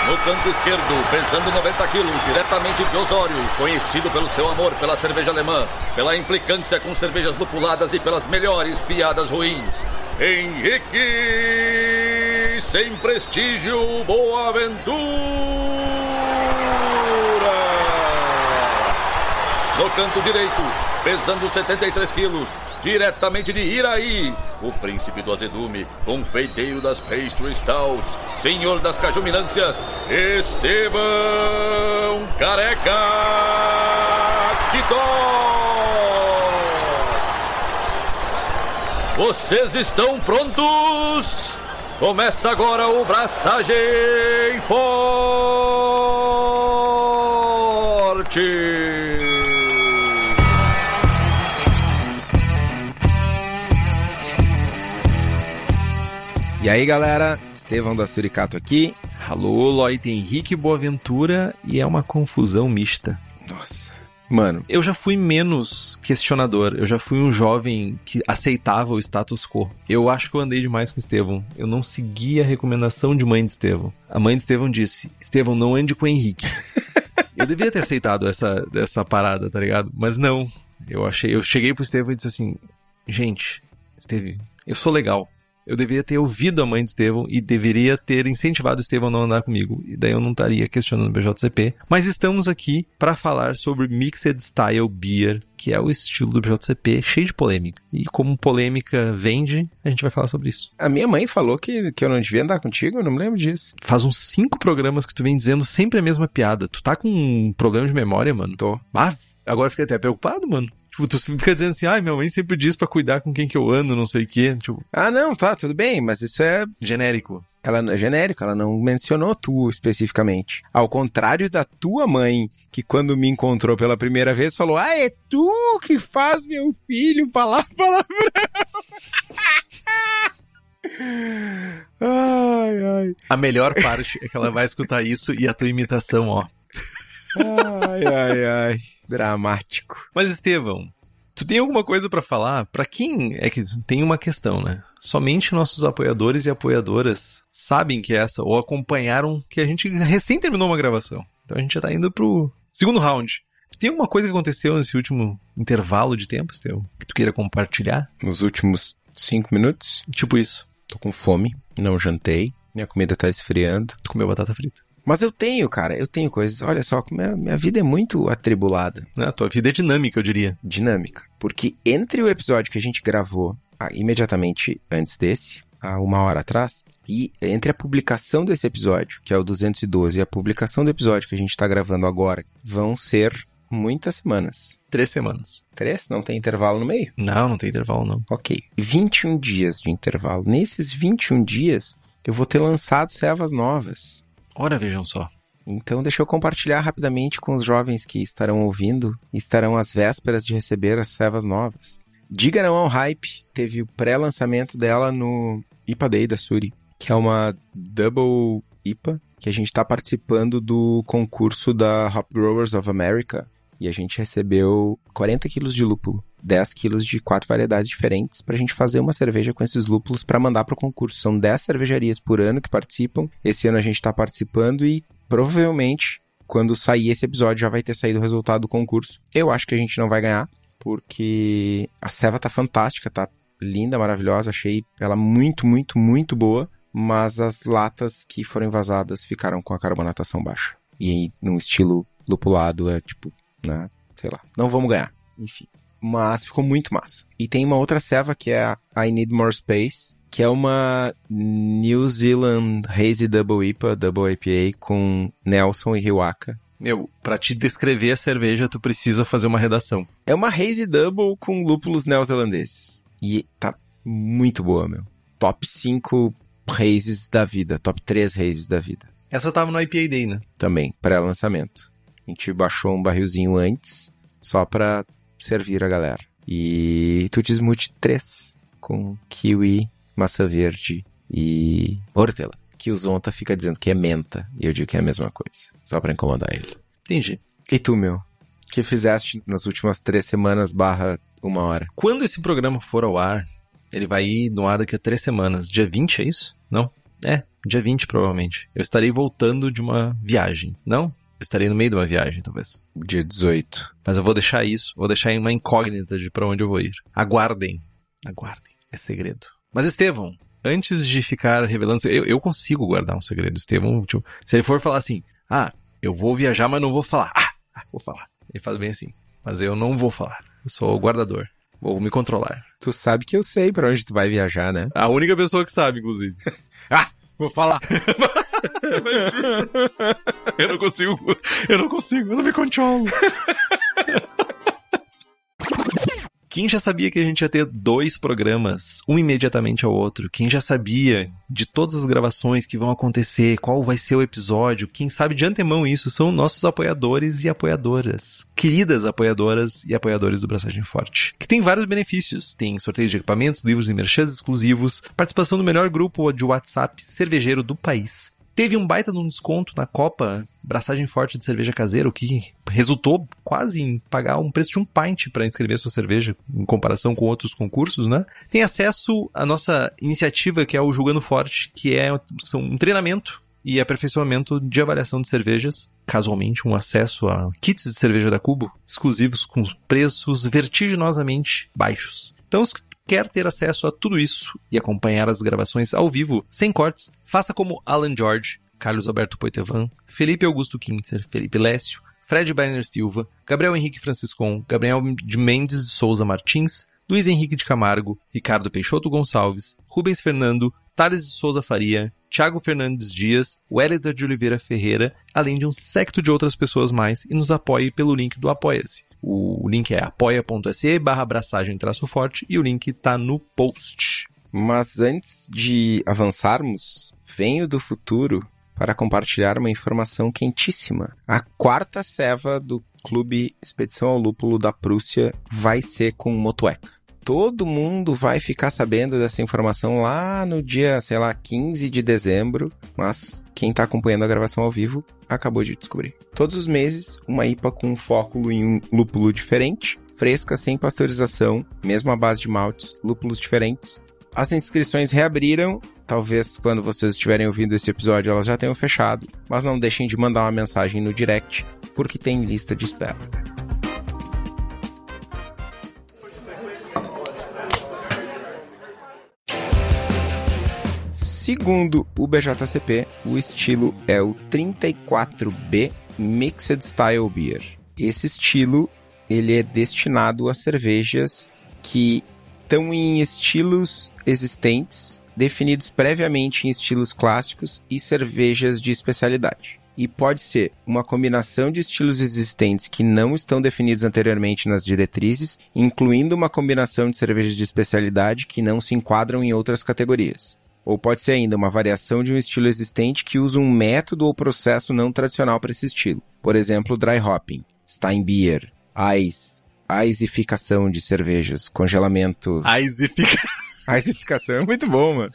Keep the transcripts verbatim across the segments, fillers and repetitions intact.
No canto esquerdo, pesando noventa quilos, diretamente de Osório, conhecido pelo seu amor pela cerveja alemã, pela implicância com cervejas lupuladas e pelas melhores piadas ruins, Henrique Sem Prestígio Boaventura. No canto direito, pesando setenta e três quilos, diretamente de Iraí, o príncipe do azedume, confeiteiro das pastry stouts, senhor das cajuminâncias, Estevão Careca Quitó. Vocês estão prontos? Começa agora o Braçagem Forte. E aí, galera, Estevão da Suricato aqui. Alô, Lloyd Henrique Boaventura, e é uma confusão mista. Nossa, mano, eu já fui menos questionador, eu já fui um jovem que aceitava o status quo. Eu acho que eu andei demais com o Estevão, eu não segui a recomendação de mãe de Estevão. A mãe de Estevão disse, Estevão, não ande com o Henrique. Eu devia ter aceitado essa, essa parada, tá ligado? Mas não, eu achei, eu cheguei pro Estevão e disse assim, gente, Estevão, eu sou legal. Eu deveria ter ouvido a mãe de Estevão e deveria ter incentivado o Estevão a não andar comigo. E daí eu não estaria questionando o B J C P. Mas estamos aqui para falar sobre Mixed Style Beer, que é o estilo do B J C P, cheio de polêmica. E como polêmica vende, a gente vai falar sobre isso. A minha mãe falou que, que eu não devia andar contigo, eu não me lembro disso. Faz uns cinco programas que tu vem dizendo sempre a mesma piada. Tu tá com um problema de memória, mano? Tô. Ah, agora eu fiquei até preocupado, mano. Tipo, tu fica dizendo assim, ai, ah, minha mãe sempre diz pra cuidar com quem que eu ando, não sei o quê. Tipo, ah, não, tá, tudo bem, mas isso é genérico. Ela é genérico, ela não mencionou tu especificamente. Ao contrário da tua mãe, que quando me encontrou pela primeira vez falou, ah, é tu que faz meu filho falar palavrão. Ai, ai. A melhor parte é que ela vai escutar isso e a tua imitação, ó. Ai, ai, ai. Dramático. Mas, Estevão, tu tem alguma coisa pra falar? Pra quem é que tem uma questão, né? Somente nossos apoiadores e apoiadoras sabem que é essa, ou acompanharam que a gente recém terminou uma gravação. Então a gente já tá indo pro segundo round. Tem alguma coisa que aconteceu nesse último intervalo de tempo, Estevão, que tu queira compartilhar? Nos últimos cinco minutos? Tipo isso. Tô com fome, não jantei, minha comida tá esfriando. Tu comeu batata frita? Mas eu tenho, cara, eu tenho coisas. Olha só, minha, minha vida é muito atribulada. A tua vida é dinâmica, eu diria. Dinâmica. Porque entre o episódio que a gente gravou ah, imediatamente antes desse, há uma hora atrás, e entre a publicação desse episódio, que é o duzentos e doze, e a publicação do episódio que a gente tá gravando agora, vão ser muitas semanas. Três semanas. Três? Não tem intervalo no meio? Não, não tem intervalo, não. Ok. vinte e um dias de intervalo. Nesses vinte e um dias, eu vou ter lançado servas novas. Ora, vejam só. Então deixa eu compartilhar rapidamente com os jovens que estarão ouvindo e estarão às vésperas de receber as servas novas. Diga não ao hype, teve o pré-lançamento dela no I P A Day da Suri, que é uma Double I P A, que a gente está participando do concurso da Hop Growers of America, e a gente recebeu quarenta quilos de lúpulo, dez quilos de quatro variedades diferentes pra gente fazer uma cerveja com esses lúpulos pra mandar pro concurso. São dez cervejarias por ano que participam. Esse ano a gente tá participando e provavelmente quando sair esse episódio já vai ter saído o resultado do concurso. Eu acho que a gente não vai ganhar, porque a ceva tá fantástica, tá linda, maravilhosa. Achei ela muito, muito, muito boa, mas as latas que foram envasadas ficaram com a carbonatação baixa. E aí, num estilo lupulado, é tipo, né, sei lá, não vamos ganhar. Enfim. Mas ficou muito massa. E tem uma outra ceva que é a I Need More Space, que é uma New Zealand Hazy Double I P A, Double I P A com Nelson e Hiwaka. Meu, pra te descrever a cerveja, tu precisa fazer uma redação. É uma Hazy Double com lúpulos neozelandeses. E tá muito boa, meu. Top cinco Hazes da vida. Top três Hazes da vida. Essa tava no I P A Day, né? Também, pré-lançamento. A gente baixou um barrilzinho antes, só pra servir a galera. E Tutti Smoothie três, com kiwi, maçã verde e hortelã. Que o Zonta fica dizendo que é menta, e eu digo que é a mesma coisa, só pra incomodar ele. Entendi. E tu, meu? O que fizeste nas últimas três semanas barra uma hora? Quando esse programa for ao ar, ele vai ir no ar daqui a três semanas. Dia vinte, é isso? Não? É, dia vinte, provavelmente. Eu estarei voltando de uma viagem. Não? Eu estarei no meio de uma viagem, talvez. Dia dezoito. Mas eu vou deixar isso, vou deixar em uma incógnita de pra onde eu vou ir. Aguardem. Aguardem. É segredo. Mas, Estevão, antes de ficar revelando... Eu, eu consigo guardar um segredo, Estevão. Tipo, se ele for falar assim, ah, eu vou viajar, mas não vou falar. Ah, ah, vou falar. Ele faz bem assim. Mas eu não vou falar. Eu sou o guardador. Vou me controlar. Tu sabe que eu sei pra onde tu vai viajar, né? A única pessoa que sabe, inclusive. Ah, vou falar. Eu não consigo. Eu não consigo. Eu não me controlo. Quem já sabia que a gente ia ter dois programas, um imediatamente ao outro? Quem já sabia de todas as gravações que vão acontecer, qual vai ser o episódio? Quem sabe de antemão isso são nossos apoiadores e apoiadoras. Queridas apoiadoras e apoiadores do Braçagem Forte. Que tem vários benefícios. Tem sorteios de equipamentos, livros e merchans exclusivos, participação no melhor grupo de WhatsApp cervejeiro do país. Teve um baita de um desconto na Copa Braçagem Forte de cerveja caseira, o que resultou quase em pagar um preço de um pint para inscrever sua cerveja, em comparação com outros concursos, né? Tem acesso à nossa iniciativa, que é o Julgando Forte, que é um treinamento e aperfeiçoamento de avaliação de cervejas, casualmente um acesso a kits de cerveja da Cubo, exclusivos com preços vertiginosamente baixos. Então, se quer ter acesso a tudo isso e acompanhar as gravações ao vivo, sem cortes, faça como Alan George, Carlos Alberto Poitevin, Felipe Augusto Kintzer, Felipe Lécio, Fred Berner Silva, Gabriel Henrique Franciscon, Gabriel de Mendes de Souza Martins, Luiz Henrique de Camargo, Ricardo Peixoto Gonçalves, Rubens Fernando, Thales de Souza Faria, Thiago Fernandes Dias, Wellington de Oliveira Ferreira, além de um séquito de outras pessoas mais, e nos apoie pelo link do Apoia-se. O link é apoia.se barra abraçagem traço forte e o link tá no post. Mas antes de avançarmos, venho do futuro para compartilhar uma informação quentíssima. A quarta ceva do Clube Expedição ao Lúpulo da Prússia vai ser com Motueka. Todo mundo vai ficar sabendo dessa informação lá no dia, sei lá, quinze de dezembro, mas quem está acompanhando a gravação ao vivo acabou de descobrir. Todos os meses, uma I P A com um foco em um lúpulo diferente, fresca, sem pasteurização, mesmo à base de maltes, lúpulos diferentes. As inscrições reabriram, talvez quando vocês estiverem ouvindo esse episódio elas já tenham fechado, mas não deixem de mandar uma mensagem no direct, porque tem lista de espera. Segundo o B J C P, o estilo é o trinta e quatro B Mixed Style Beer. Esse estilo ele é destinado a cervejas que estão em estilos existentes, definidos previamente em estilos clássicos e cervejas de especialidade. E pode ser uma combinação de estilos existentes que não estão definidos anteriormente nas diretrizes, incluindo uma combinação de cervejas de especialidade que não se enquadram em outras categorias. Ou pode ser ainda uma variação de um estilo existente que usa um método ou processo não tradicional para esse estilo. Por exemplo, dry hopping, Steinbier, ice, aizificação de cervejas, congelamento... Aizificação. Aizificação é muito bom, mano.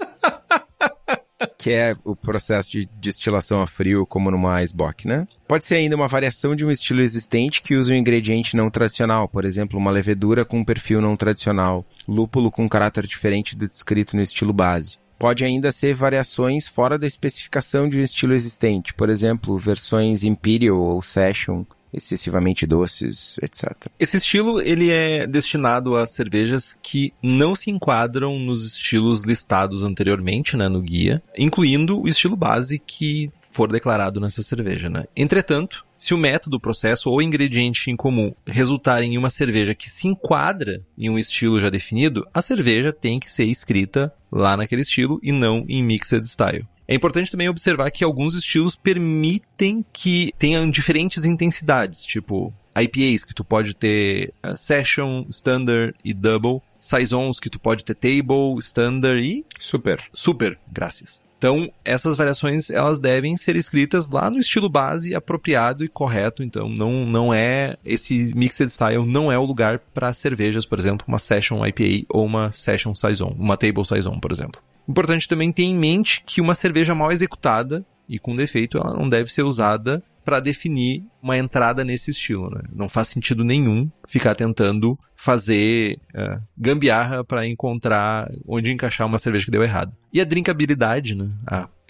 Que é o processo de destilação a frio, como numa Eisbock, né? Pode ser ainda uma variação de um estilo existente que usa um ingrediente não tradicional, por exemplo, uma levedura com um perfil não tradicional, lúpulo com um caráter diferente do descrito no estilo base. Pode ainda ser variações fora da especificação de um estilo existente, por exemplo, versões Imperial ou Session, excessivamente doces, etcétera. Esse estilo ele é destinado a cervejas que não se enquadram nos estilos listados anteriormente, né, no guia, incluindo o estilo base que for declarado nessa cerveja, né? Entretanto, se o método, processo ou ingrediente em comum resultar em uma cerveja que se enquadra em um estilo já definido, a cerveja tem que ser escrita lá naquele estilo e não em Mixed Style. É importante também observar que alguns estilos permitem que tenham diferentes intensidades, tipo I P As, que tu pode ter uh, Session, Standard e Double, Saisons, que tu pode ter Table, Standard e... Super. Super, graças. Então, essas variações, elas devem ser escritas lá no estilo base apropriado e correto. Então, não, não é... Esse Mixed Style não é o lugar para cervejas, por exemplo, uma Session I P A ou uma Session Saison, uma Table Saison, por exemplo. Importante também ter em mente que uma cerveja mal executada e com defeito, ela não deve ser usada para definir uma entrada nesse estilo, né? Não faz sentido nenhum ficar tentando fazer uh, gambiarra para encontrar onde encaixar uma cerveja que deu errado. E a drinkabilidade, né? A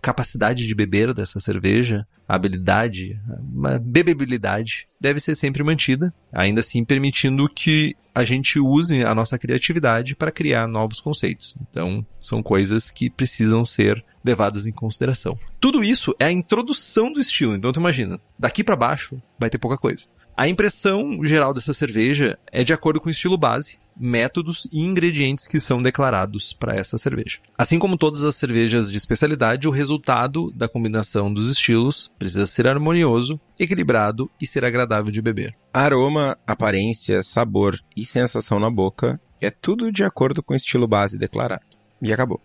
capacidade de beber dessa cerveja, a habilidade, a bebebilidade, deve ser sempre mantida, ainda assim permitindo que a gente use a nossa criatividade para criar novos conceitos. Então, são coisas que precisam ser levadas em consideração. Tudo isso é a introdução do estilo, então tu imagina, daqui para baixo vai ter pouca coisa. A impressão geral dessa cerveja é de acordo com o estilo base, métodos e ingredientes que são declarados para essa cerveja. Assim como todas as cervejas de especialidade, o resultado da combinação dos estilos precisa ser harmonioso, equilibrado e ser agradável de beber. Aroma, aparência, sabor e sensação na boca é tudo de acordo com o estilo base declarado. E acabou.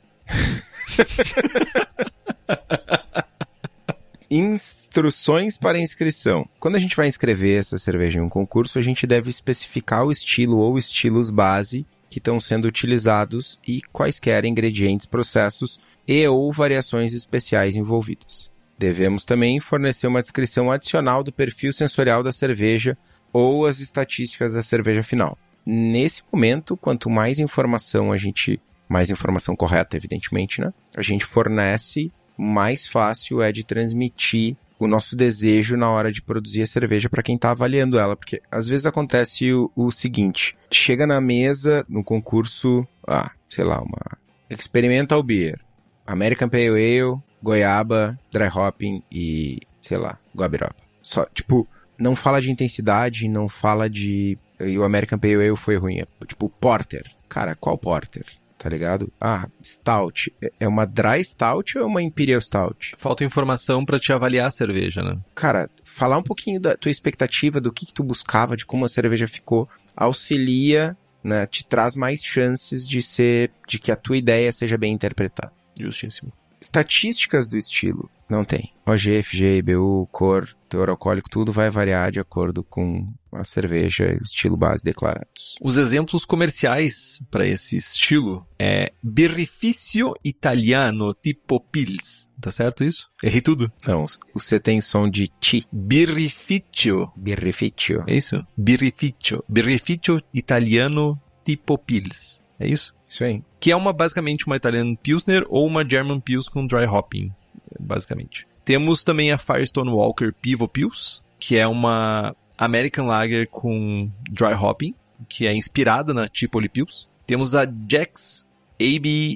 Instruções para inscrição. Quando a gente vai inscrever essa cerveja em um concurso, a gente deve especificar o estilo ou estilos base que estão sendo utilizados e quaisquer ingredientes, processos e ou variações especiais envolvidas. Devemos também fornecer uma descrição adicional do perfil sensorial da cerveja ou as estatísticas da cerveja final. Nesse momento, quanto mais informação a gente, mais informação correta, evidentemente, né? A gente fornece, mais fácil é de transmitir o nosso desejo na hora de produzir a cerveja para quem está avaliando ela, porque às vezes acontece o, o seguinte, chega na mesa, no concurso, ah, sei lá, uma Experimental Beer, American Pale Ale, Goiaba, Dry Hopping e, sei lá, Guabiroba. Só, tipo, não fala de intensidade, não fala de... E o American Pale Ale foi ruim, é, tipo, Porter. Cara, qual Porter? Tá ligado? Ah, Stout. É uma Dry Stout ou é uma Imperial Stout? Falta informação pra te avaliar a cerveja, né? Cara, falar um pouquinho da tua expectativa, do que, que tu buscava, de como a cerveja ficou, auxilia, né? Te traz mais chances de ser, de que a tua ideia seja bem interpretada. Justíssimo. Estatísticas do estilo. Não tem. O G, F G, I B U, cor, teor alcoólico, tudo vai variar de acordo com a cerveja e o estilo base declarados. Os exemplos comerciais para esse estilo é Birrificio Italiano tipo Pils. Tá certo isso? Errei tudo? Não, o C tem som de ti. Birrificio. Birrificio. É isso? Birrificio. Birrificio Italiano tipo Pils. É isso? Isso aí. Que é uma, basicamente uma Italian Pilsner ou uma German Pils com dry hopping, basicamente. Temos também a Firestone Walker Pivo Pils, que é uma American Lager com dry hopping, que é inspirada na Tripoli Pils. Temos a Jack's A B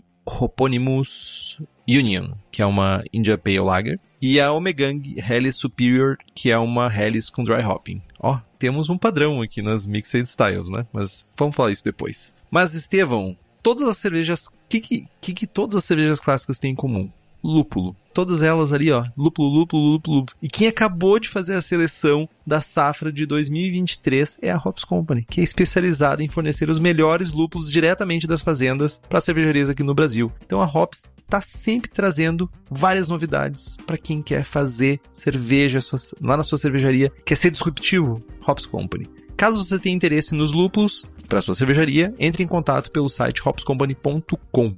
Hoponymus Union, que é uma India Pale Lager. E a Ommegang Helles Superior, que é uma Helles com dry hopping. Ó, temos um padrão aqui nas Mixed Styles, né? Mas vamos falar isso depois. Mas, Estevão, todas as cervejas... O que, que, que, que todas as cervejas clássicas têm em comum? Lúpulo. Todas elas ali, ó. Lúpulo, lúpulo, lúpulo, lúpulo. E quem acabou de fazer a seleção da safra de dois mil e vinte e três é a Hops Company, que é especializada em fornecer os melhores lúpulos diretamente das fazendas para cervejarias aqui no Brasil. Então a Hops está sempre trazendo várias novidades para quem quer fazer cerveja lá na sua cervejaria, quer ser disruptivo. Hops Company. Caso você tenha interesse nos lúpulos para sua cervejaria, entre em contato pelo site hops company ponto com.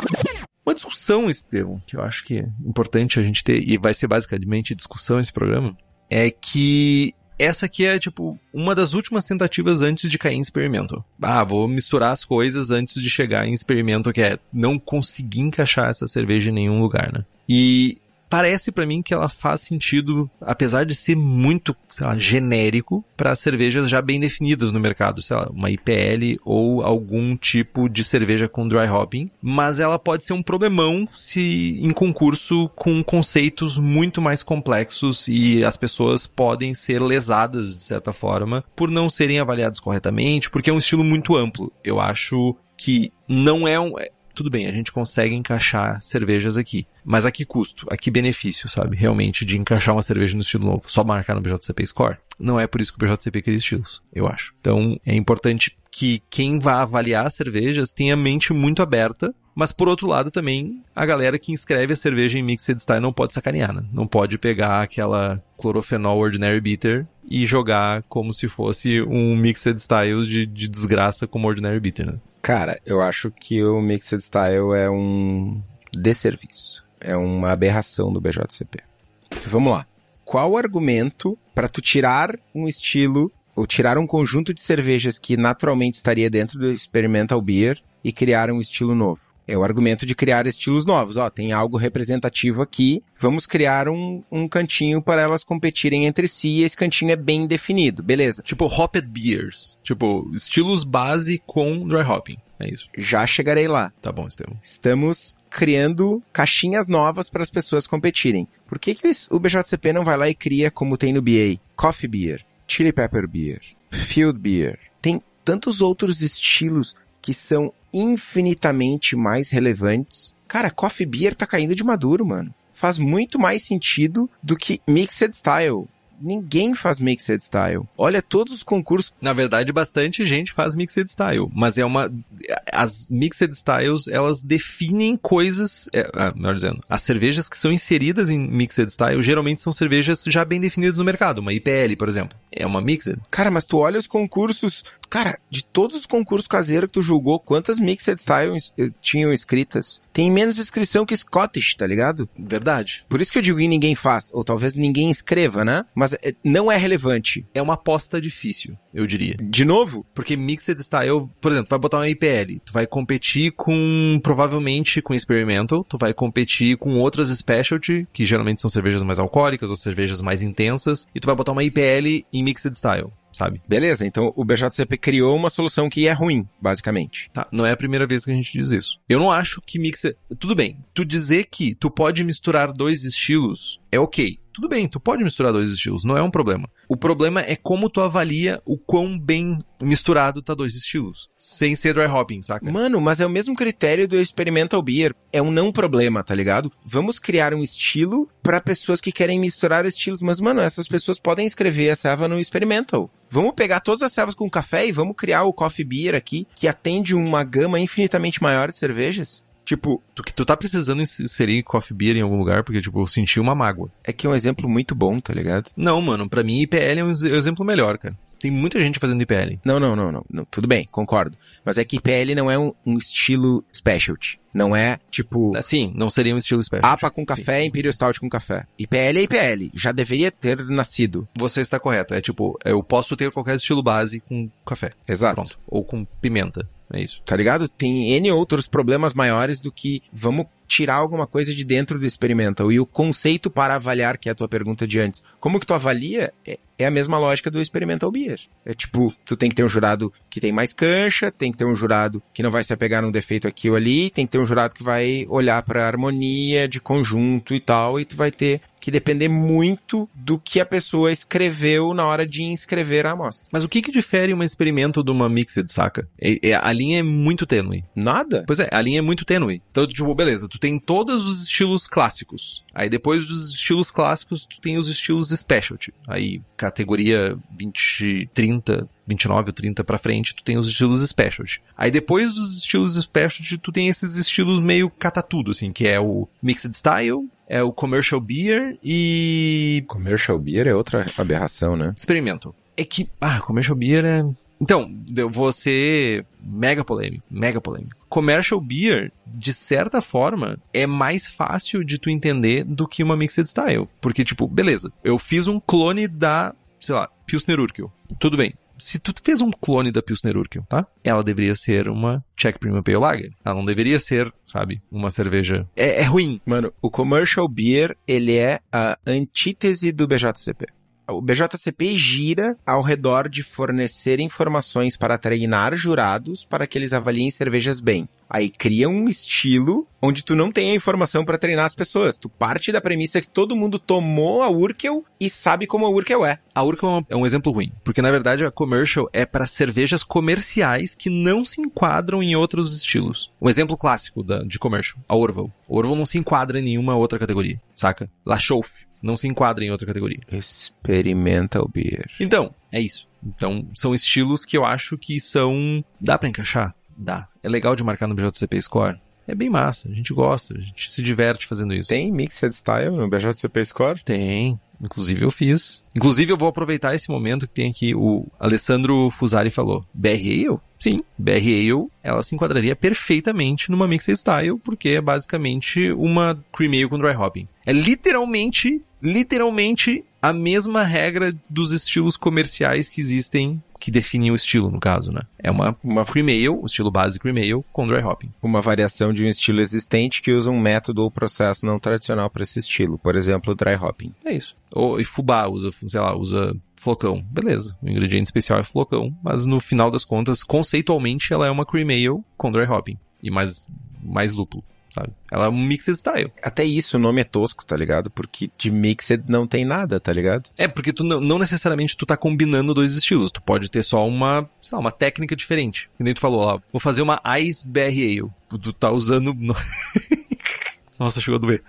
Uma discussão, Estevão, que eu acho que é importante a gente ter, e vai ser basicamente discussão esse programa, é que essa aqui é, tipo, uma das últimas tentativas antes de cair em experimento. Ah, vou misturar as coisas antes de chegar em experimento, que é não conseguir encaixar essa cerveja em nenhum lugar, né? E parece pra mim que ela faz sentido, apesar de ser muito, sei lá, genérico, para cervejas já bem definidas no mercado, sei lá, uma I P L ou algum tipo de cerveja com dry hopping, mas ela pode ser um problemão se em concurso com conceitos muito mais complexos e as pessoas podem ser lesadas, de certa forma, por não serem avaliadas corretamente, porque é um estilo muito amplo. Eu acho que não é um... Tudo bem, a gente consegue encaixar cervejas aqui. Mas a que custo? A que benefício, sabe? Realmente, de encaixar uma cerveja no estilo novo. Só marcar no B J C P Score? Não é por isso que o B J C P cria estilos, eu acho. Então, é importante que quem vá avaliar as cervejas tenha a mente muito aberta. Mas, por outro lado, também, a galera que inscreve a cerveja em Mixed Style não pode sacanear, né? Não pode pegar aquela clorofenol Ordinary Bitter e jogar como se fosse um Mixed Style de, de desgraça como Ordinary Bitter, né? Cara, eu acho que o Mixed Style é um desserviço. É uma aberração do B J C P. Vamos lá. Qual o argumento para tu tirar um estilo, ou tirar um conjunto de cervejas que naturalmente estaria dentro do Experimental Beer e criar um estilo novo? É o argumento de criar estilos novos. Ó, tem algo representativo aqui, vamos criar um, um cantinho para elas competirem entre si e esse cantinho é bem definido, beleza. Tipo hopped beers. Tipo, estilos base com dry hopping. É isso. Já chegarei lá. Tá bom, Estevão. Estamos criando caixinhas novas para as pessoas competirem. Por que, que o B J C P não vai lá e cria, como tem no B A, Coffee Beer, Chili Pepper Beer, Field Beer? Tem tantos outros estilos que são infinitamente mais relevantes. Cara, Coffee Beer tá caindo de maduro, mano. Faz muito mais sentido do que Mixed Style. Ninguém faz Mixed Style. Olha todos os concursos. Na verdade, bastante gente faz Mixed Style, mas é uma... As Mixed Styles, elas definem coisas... É, melhor dizendo, as cervejas que são inseridas em Mixed Style, geralmente são cervejas já bem definidas no mercado. Uma I P L, por exemplo, é uma Mixed. Cara, mas tu olha os concursos... Cara, de todos os concursos caseiros que tu julgou, quantas Mixed Styles tinham escritas? Tem menos inscrição que Scottish, tá ligado? Verdade. Por isso que eu digo que ninguém faz, ou talvez ninguém escreva, né? Mas não é relevante. É uma aposta difícil, eu diria. De novo? Porque Mixed Style, por exemplo, tu vai botar uma I P L, tu vai competir com, provavelmente com Experimental, tu vai competir com outras Specialty, que geralmente são cervejas mais alcoólicas ou cervejas mais intensas, e tu vai botar uma I P L em Mixed Style. Sabe? Beleza, então o B J C P criou uma solução que é ruim, basicamente. Tá, não é a primeira vez que a gente diz isso. Eu não acho que mixa... Tudo bem, tu dizer que tu pode misturar dois estilos é ok. Tudo bem, tu pode misturar dois estilos, não é um problema. O problema é como tu avalia o quão bem misturado tá dois estilos, sem ser dry hopping, saca? Mano, mas é o mesmo critério do Experimental Beer. É um não problema, tá ligado? Vamos criar um estilo pra pessoas que querem misturar estilos, mas, mano, essas pessoas podem escrever a serva no Experimental. Vamos pegar todas as servas com café e vamos criar o Coffee Beer aqui, que atende uma gama infinitamente maior de cervejas. Tipo, tu, que tu tá precisando inserir Coffee Beer em algum lugar, porque, tipo, eu senti uma mágoa. É que é um exemplo muito bom, tá ligado? Não, mano, pra mim I P L é um exemplo melhor, cara. Tem muita gente fazendo I P L. Não, não, não, não. não tudo bem, concordo. Mas é que I P L não é um, um estilo specialty. Não é, tipo... Sim, não seria um estilo specialty. A P A com café, sim. Imperial Stout com café. I P L é I P L. Já deveria ter nascido. Você está correto. É tipo, eu posso ter qualquer estilo base com café. Exato. Pronto. Ou com pimenta. É isso. Tá ligado? Tem N outros problemas maiores do que vamos tirar alguma coisa de dentro do Experimental. E o conceito para avaliar, que é a tua pergunta de antes, como que tu avalia, é, é a mesma lógica do Experimental Beer. É tipo, tu tem que ter um jurado que tem mais cancha, tem que ter um jurado que não vai se apegar num defeito aqui ou ali, tem que ter um jurado que vai olhar pra harmonia de conjunto e tal, e tu vai ter que depender muito do que a pessoa escreveu na hora de inscrever a amostra. Mas o que que difere uma Experimental de uma Mixed, saca? É, é, a linha é muito tênue. Nada? Pois é, a linha é muito tênue. Então, tipo, beleza, tu tem todos os estilos clássicos. Aí depois dos estilos clássicos, tu tem os estilos specialty. Aí, categoria vinte, trinta, vinte e nove ou trinta pra frente, tu tem os estilos specialty. Aí depois dos estilos specialty, tu tem esses estilos meio catatudo, assim, que é o Mixed Style, é o Commercial Beer e... Commercial Beer é outra aberração, né? Experimental. É que, ah, Commercial Beer é... Então, eu vou ser mega polêmico, mega polêmico. Commercial Beer, de certa forma, é mais fácil de tu entender do que uma Mixed Style. Porque, tipo, beleza, eu fiz um clone da, sei lá, Pilsner Urquell. Tudo bem. Se tu fez um clone da Pilsner Urquell, tá? Ela deveria ser uma Czech Premium Pale Lager. Ela não deveria ser, sabe, uma cerveja... É, é ruim. Mano, o Commercial Beer, ele é a antítese do B J C P. O B J C P gira ao redor de fornecer informações para treinar jurados para que eles avaliem cervejas bem. Aí cria um estilo onde tu não tem a informação para treinar as pessoas. Tu parte da premissa que todo mundo tomou a Urquell e sabe como a Urquell é. A Urquell é um exemplo ruim, porque na verdade a Commercial é para cervejas comerciais que não se enquadram em outros estilos. Um exemplo clássico da, de Commercial, a Orval. A Orval não se enquadra em nenhuma outra categoria, saca? La Chouffe não se enquadra em outra categoria. Experimental Beer. Então, é isso. Então, são estilos que eu acho que são... Dá pra encaixar? Dá. É legal de marcar no B J C P Score? É bem massa. A gente gosta. A gente se diverte fazendo isso. Tem Mixed Style no B J C P Score? Tem. Inclusive eu fiz. Inclusive eu vou aproveitar esse momento que tem aqui o Alessandro Fusari falou. B R Ale? Sim. B R Ale, ela se enquadraria perfeitamente numa Mixed Style, porque é basicamente uma Cream Ale com Dry Hopping. É literalmente, literalmente a mesma regra dos estilos comerciais que existem, que definem o estilo, no caso, né? É uma, uma cream ale, o estilo base cream ale, com dry hopping. Uma variação de um estilo existente que usa um método ou processo não tradicional para esse estilo. Por exemplo, o dry hopping. É isso. Ou e fubá, usa, sei lá, usa flocão. Beleza, o ingrediente especial é flocão, mas no final das contas, conceitualmente, ela é uma cream ale com dry hopping. E mais, mais lúpulo. Sabe? Ela é um mixed style. Até isso o nome é tosco, tá ligado? Porque de mixed não tem nada, tá ligado? É, porque tu não, não necessariamente tu tá combinando dois estilos. Tu pode ter só uma, sei lá, uma técnica diferente. Que nem tu falou, ó, vou fazer uma Ice B R Ale. Tu, tu tá usando... Nossa, chegou a doer.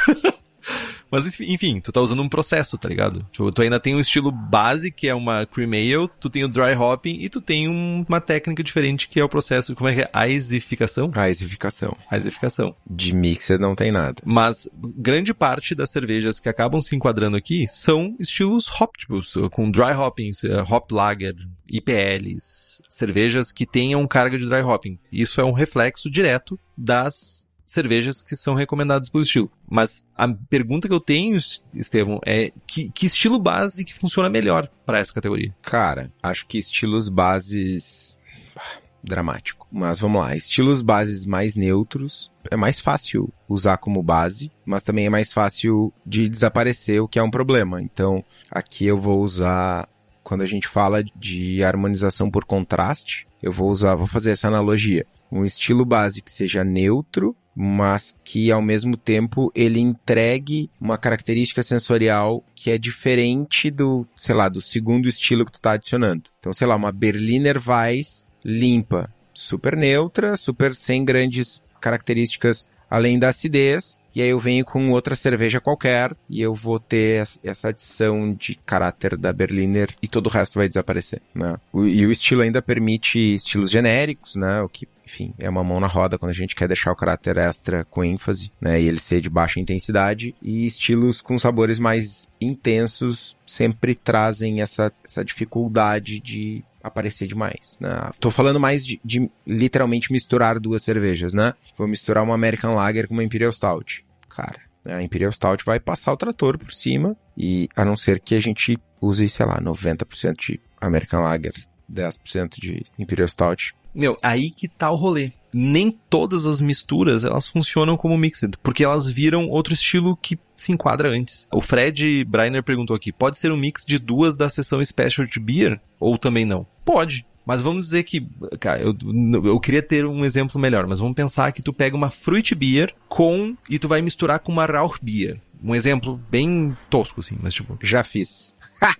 Mas, enfim, tu tá usando um processo, tá ligado? Tu, tu ainda tem um estilo base, que é uma cream ale, tu tem o dry hopping e tu tem um, uma técnica diferente, que é o processo, como é que é? Aisificação? Aisificação. Aisificação. De mixer não tem nada. Mas grande parte das cervejas que acabam se enquadrando aqui são estilos hop, tipo, com dry hopping, hop lager, I P Ls, cervejas que tenham carga de dry hopping. Isso é um reflexo direto das cervejas que são recomendadas pelo estilo. Mas a pergunta que eu tenho, Estevão, é que, que estilo base que funciona melhor para essa categoria? Cara, acho que estilos bases... dramático. Mas vamos lá, estilos bases mais neutros, é mais fácil usar como base, mas também é mais fácil de desaparecer, o que é um problema. Então, aqui eu vou usar, quando a gente fala de harmonização por contraste, eu vou usar, vou fazer essa analogia. Um estilo base que seja neutro, mas que ao mesmo tempo ele entregue uma característica sensorial que é diferente do, sei lá, do segundo estilo que tu tá adicionando. Então, sei lá, uma Berliner Weiss limpa, super neutra, super sem grandes características além da acidez, e aí eu venho com outra cerveja qualquer e eu vou ter essa adição de caráter da Berliner e todo o resto vai desaparecer, né? O, e o estilo ainda permite estilos genéricos, né? O que, enfim, é uma mão na roda quando a gente quer deixar o caráter extra com ênfase, né? E ele ser de baixa intensidade, e estilos com sabores mais intensos sempre trazem essa, essa dificuldade de aparecer demais, né? Tô falando mais de, de literalmente misturar duas cervejas, né? Vou misturar uma American Lager com uma Imperial Stout. Cara, a Imperial Stout vai passar o trator por cima, e a não ser que a gente use, sei lá, noventa por cento de American Lager, dez por cento de Imperial Stout. Meu, aí que tá o rolê. Nem todas as misturas, elas funcionam como mixed, porque elas viram outro estilo que se enquadra antes. O Fred Breiner perguntou aqui, pode ser um mix de duas da seção Specialty Beer? Ou também não? Pode. Mas vamos dizer que, cara, eu, eu queria ter um exemplo melhor, mas vamos pensar que tu pega uma Fruit Beer com, e tu vai misturar com uma Rauch Beer. Um exemplo bem tosco, assim, mas tipo... Já fiz.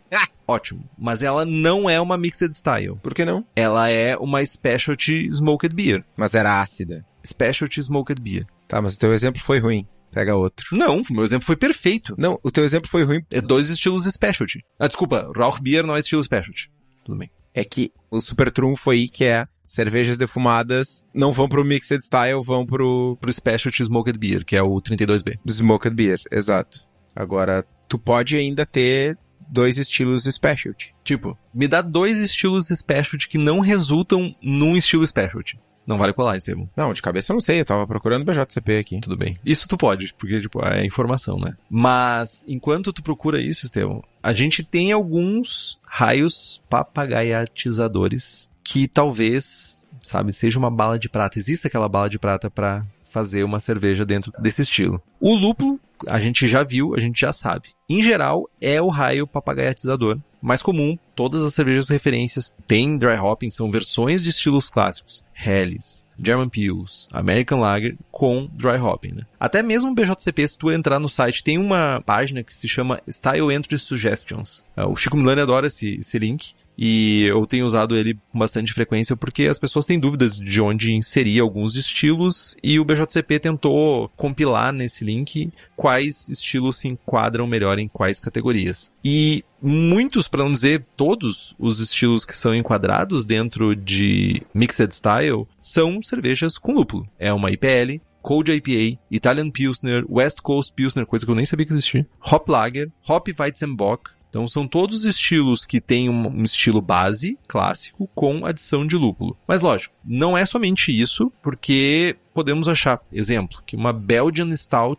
Ótimo. Mas ela não é uma mixed style. Por que não? Ela é uma Specialty Smoked Beer. Mas era ácida. Specialty Smoked Beer. Tá, mas o teu exemplo foi ruim. Pega outro. Não, o meu exemplo foi perfeito. Não, o teu exemplo foi ruim. É dois estilos Specialty. Ah, desculpa, Rauch Beer não é estilo Specialty. Tudo bem. É que o super trunfo aí, que é cervejas defumadas, não vão pro Mixed Style, vão pro... Pro Specialty Smoked Beer, que é o trinta e dois B. Smoked Beer, exato. Agora, tu pode ainda ter dois estilos Specialty. Tipo, me dá dois estilos Specialty que não resultam num estilo Specialty. Não vale colar, Estevão. Não, de cabeça eu não sei, eu tava procurando B J C P aqui. Tudo bem. Isso tu pode, porque, tipo, é informação, né? Mas, enquanto tu procura isso, Estevão, a gente tem alguns raios papagaiatizadores que talvez, sabe, seja uma bala de prata. Existe aquela bala de prata pra fazer uma cerveja dentro desse estilo. O lúpulo, a gente já viu, a gente já sabe. Em geral, é o raio papagaiatizador mais comum. Todas as cervejas referências têm dry hopping, são versões de estilos clássicos. Helles, German Pils, American Lager com dry hopping, né? Até mesmo o B J C P, se tu entrar no site, tem uma página que se chama Style Entry Suggestions. O Chico Milani adora esse, esse link. E eu tenho usado ele com bastante frequência porque as pessoas têm dúvidas de onde inserir alguns estilos, e o B J C P tentou compilar nesse link quais estilos se enquadram melhor em quais categorias. E muitos, para não dizer todos, os estilos que são enquadrados dentro de Mixed Style são cervejas com lúpulo. É uma I P L, Cold I P A, Italian Pilsner, West Coast Pilsner, coisa que eu nem sabia que existia, Hop Lager, Hop Weizenbock. Então são todos estilos que têm um estilo base, clássico, com adição de lúpulo. Mas lógico, não é somente isso, porque podemos achar, exemplo, que uma Belgian Stout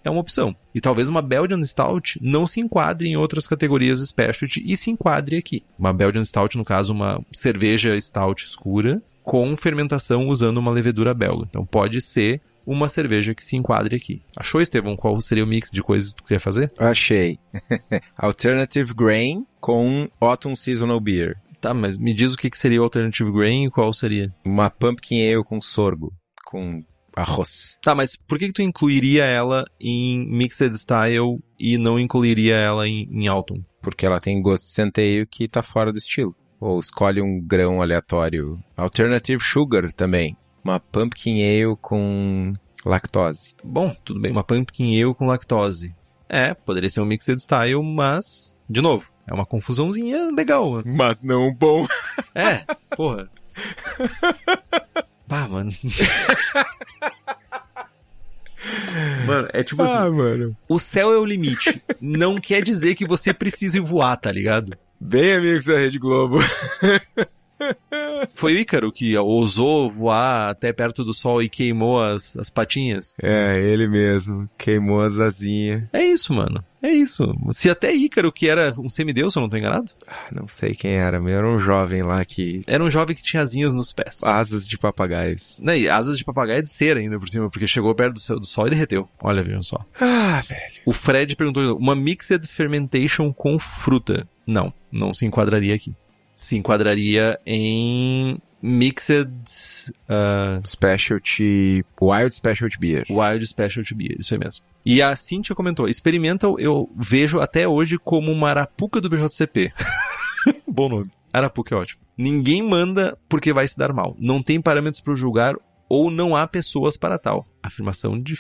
é uma opção. E talvez uma Belgian Stout não se enquadre em outras categorias Specialty e se enquadre aqui. Uma Belgian Stout, no caso, uma cerveja Stout escura com fermentação usando uma levedura belga. Então pode ser uma cerveja que se enquadre aqui. Achou, Estevão, qual seria o mix de coisas que tu quer fazer? Achei. Alternative Grain com Autumn Seasonal Beer. Tá, mas me diz o que seria o Alternative Grain e qual seria? Uma Pumpkin Ale com sorgo, com arroz. Tá, mas por que que tu incluiria ela em Mixed Style e não incluiria ela em, em Autumn? Porque ela tem gosto de centeio que tá fora do estilo. Ou escolhe um grão aleatório. Alternative Sugar também. Uma Pumpkin Ale com lactose. Bom, tudo bem, uma Pumpkin Ale com lactose. É, poderia ser um Mixed Style, mas, de novo, é uma confusãozinha legal, mano. Mas não bom. É, porra. Pá, mano. Mano, é tipo assim, ah, mano. O céu é o limite. Não quer dizer que você precise voar, tá ligado? Bem amigos da Rede Globo. Foi o Ícaro que ousou voar até perto do sol e queimou as, as patinhas? É, ele mesmo. Queimou as asinhas. É isso, mano. É isso. Se até Ícaro, que era um semideus, se eu não tô enganado? Ah, não sei quem era, mas era um jovem lá que... Era um jovem que tinha asinhas nos pés. Asas de papagaios. Não, e asas de papagaio de cera ainda por cima, porque chegou perto do, céu, do sol e derreteu. Olha, vejam só. Ah, velho. O Fred perguntou, uma Mixed Fermentation com fruta? Não, não se enquadraria aqui. Se enquadraria em Mixed... Uh, Specialty... Wild Specialty Beer. Wild Specialty Beer, isso aí mesmo. E a Cíntia comentou, Experimental eu vejo até hoje como uma arapuca do B J C P. Bom nome. Arapuca é ótimo. Ninguém manda porque vai se dar mal. Não tem parâmetros para julgar ou não há pessoas para tal. Afirmação de...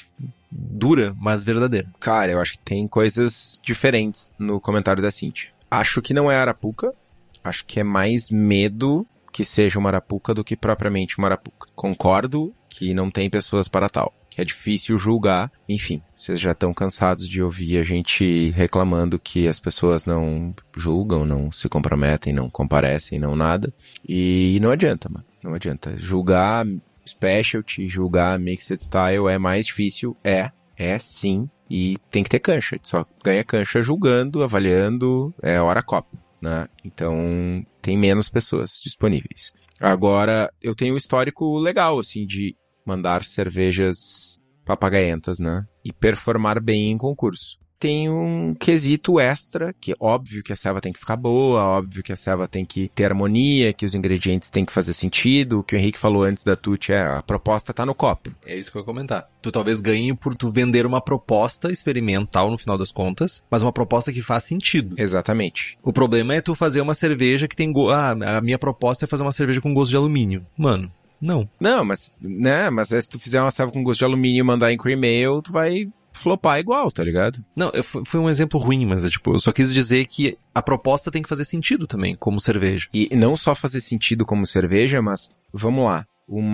dura, mas verdadeira. Cara, eu acho que tem coisas diferentes no comentário da Cíntia. Acho que não é arapuca. Acho que é mais medo que seja uma arapuca do que propriamente uma arapuca. Concordo que não tem pessoas para tal. Que é difícil julgar. Enfim, vocês já estão cansados de ouvir a gente reclamando que as pessoas não julgam, não se comprometem, não comparecem, não nada. E não adianta, mano. Não adianta. Julgar specialty, julgar mixed style é mais difícil. É, é sim. E tem que ter cancha. Só ganha cancha julgando, avaliando, é hora copa. Né? Então, tem menos pessoas disponíveis. Agora, eu tenho um histórico legal, assim, de mandar cervejas papagaentas, né? E performar bem em concurso. Tem um quesito extra, que é óbvio que a ceva tem que ficar boa, óbvio que a ceva tem que ter harmonia, que os ingredientes têm que fazer sentido. O que o Henrique falou antes da Tucci é, a proposta tá no copo. É isso que eu ia comentar. Tu talvez ganhe por tu vender uma proposta experimental no final das contas, mas uma proposta que faz sentido. Exatamente. O problema é tu fazer uma cerveja que tem... Go... Ah, a minha proposta é fazer uma cerveja com gosto de alumínio. Mano, não. Não, mas, né, mas se tu fizer uma ceva com gosto de alumínio e mandar em cream ale, tu vai... flopar igual, tá ligado? Não, eu, foi um exemplo ruim, mas é tipo, eu só quis dizer que a proposta tem que fazer sentido também, como cerveja. E não só fazer sentido como cerveja, mas, vamos lá,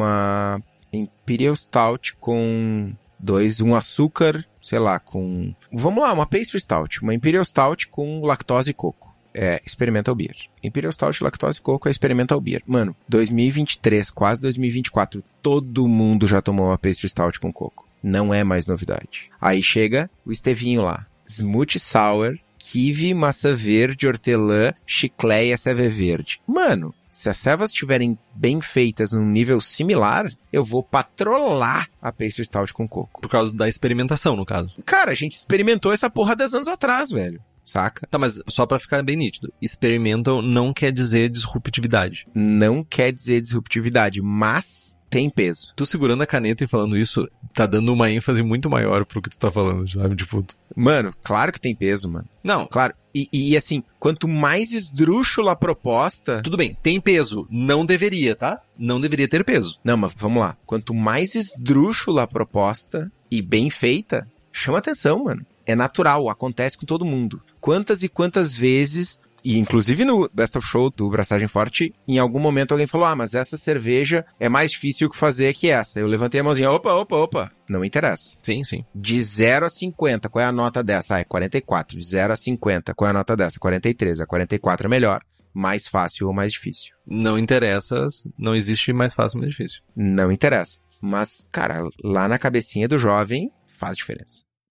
uma Imperial Stout com dois, um açúcar, sei lá, com... Vamos lá, uma Pastry Stout, uma Imperial Stout com lactose e coco. É Experimental Beer. Imperial Stout, lactose e coco é Experimental Beer. Mano, dois mil e vinte e três, quase dois mil e vinte e quatro, todo mundo já tomou uma Pastry Stout com coco. Não é mais novidade. Aí chega o Estevinho lá. Smooth Sour, kiwi, maçã verde, hortelã, chicleia, ceva verde. Mano, se as cevas estiverem bem feitas num nível similar, eu vou patrolar a Pastry Stout com coco. Por causa da experimentação, no caso. Cara, a gente experimentou essa porra dez anos atrás, velho. Saca? Tá, mas só pra ficar bem nítido. Experimental não quer dizer disruptividade. Não quer dizer disruptividade, mas... tem peso. Tu segurando a caneta e falando isso, tá dando uma ênfase muito maior pro que tu tá falando, sabe? Tipo... Mano, claro que tem peso, mano. Não. Claro. E, e assim, quanto mais esdrúxula a proposta... Tudo bem, tem peso. Não deveria, tá? Não deveria ter peso. Não, mas vamos lá. Quanto mais esdrúxula a proposta e bem feita, chama atenção, mano. É natural, acontece com todo mundo. Quantas e quantas vezes... E inclusive no Best of Show do Braçagem Forte, em algum momento alguém falou, ah, mas essa cerveja é mais difícil que fazer que essa. Eu levantei a mãozinha, opa, opa, opa. Não interessa. Sim, sim. De zero a cinquenta, qual é a nota dessa? Ah, é quarenta e quatro. De zero a cinquenta, qual é a nota dessa? quarenta e três. A quarenta e quatro é melhor. Mais fácil ou mais difícil? Não interessa, não existe mais fácil ou mais difícil. Não interessa. Mas, cara, lá na cabecinha do jovem, faz diferença.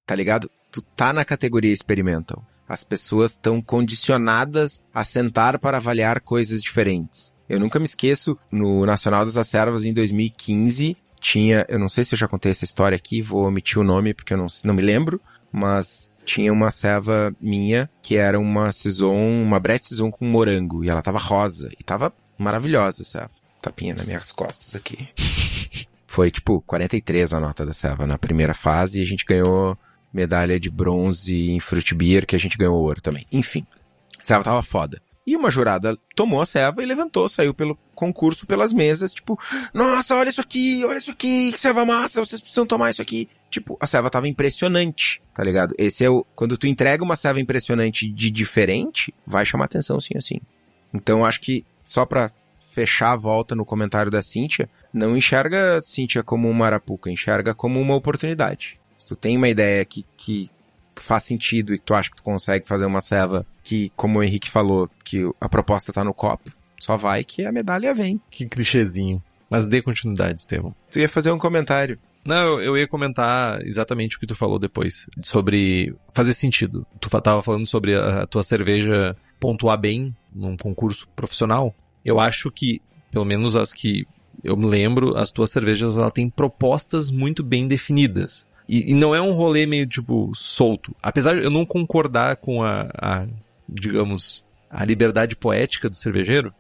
tá ligado? Tu tá na categoria experimental. As pessoas estão condicionadas a sentar para avaliar coisas diferentes. Eu nunca me esqueço, no Nacional das Acervas, em dois mil e quinze, tinha, eu não sei se eu já contei essa história aqui, vou omitir o nome porque eu não, não me lembro, mas tinha uma ceva minha que era uma saison, uma Brett saison com morango, e ela tava rosa, e tava maravilhosa a ceva. Tapinha nas minhas costas aqui. Foi tipo quarenta e três a nota da ceva na primeira fase, e a gente ganhou medalha de bronze em Fruit Beer, que a gente ganhou ouro também. Enfim, a ceva tava foda. E uma jurada tomou a ceva e levantou, saiu pelo concurso pelas mesas, tipo, nossa, olha isso aqui, olha isso aqui, que ceva massa, vocês precisam tomar isso aqui. Tipo, a ceva tava impressionante, tá ligado? Esse é o... Quando tu entrega uma ceva impressionante de diferente, vai chamar atenção sim ou sim. Então, acho que, só pra fechar a volta no comentário da Cíntia, não enxerga a Cíntia como uma arapuca, enxerga como uma oportunidade. Se tu tem uma ideia que... que faz sentido e que tu acha que tu consegue fazer uma ceva que, como o Henrique falou, que a proposta tá no copo, só vai que a medalha vem. Que clichêzinho. Mas dê continuidade, Estevão. Tu ia fazer um comentário. Não, eu ia comentar exatamente o que tu falou depois, sobre fazer sentido. Tu tava falando sobre a tua cerveja pontuar bem num concurso profissional. Eu acho que, pelo menos as que eu me lembro, as tuas cervejas, ela tem propostas muito bem definidas. E, e não é um rolê meio, tipo, solto. Apesar de eu não concordar com a, a, digamos, a liberdade poética do cervejeiro,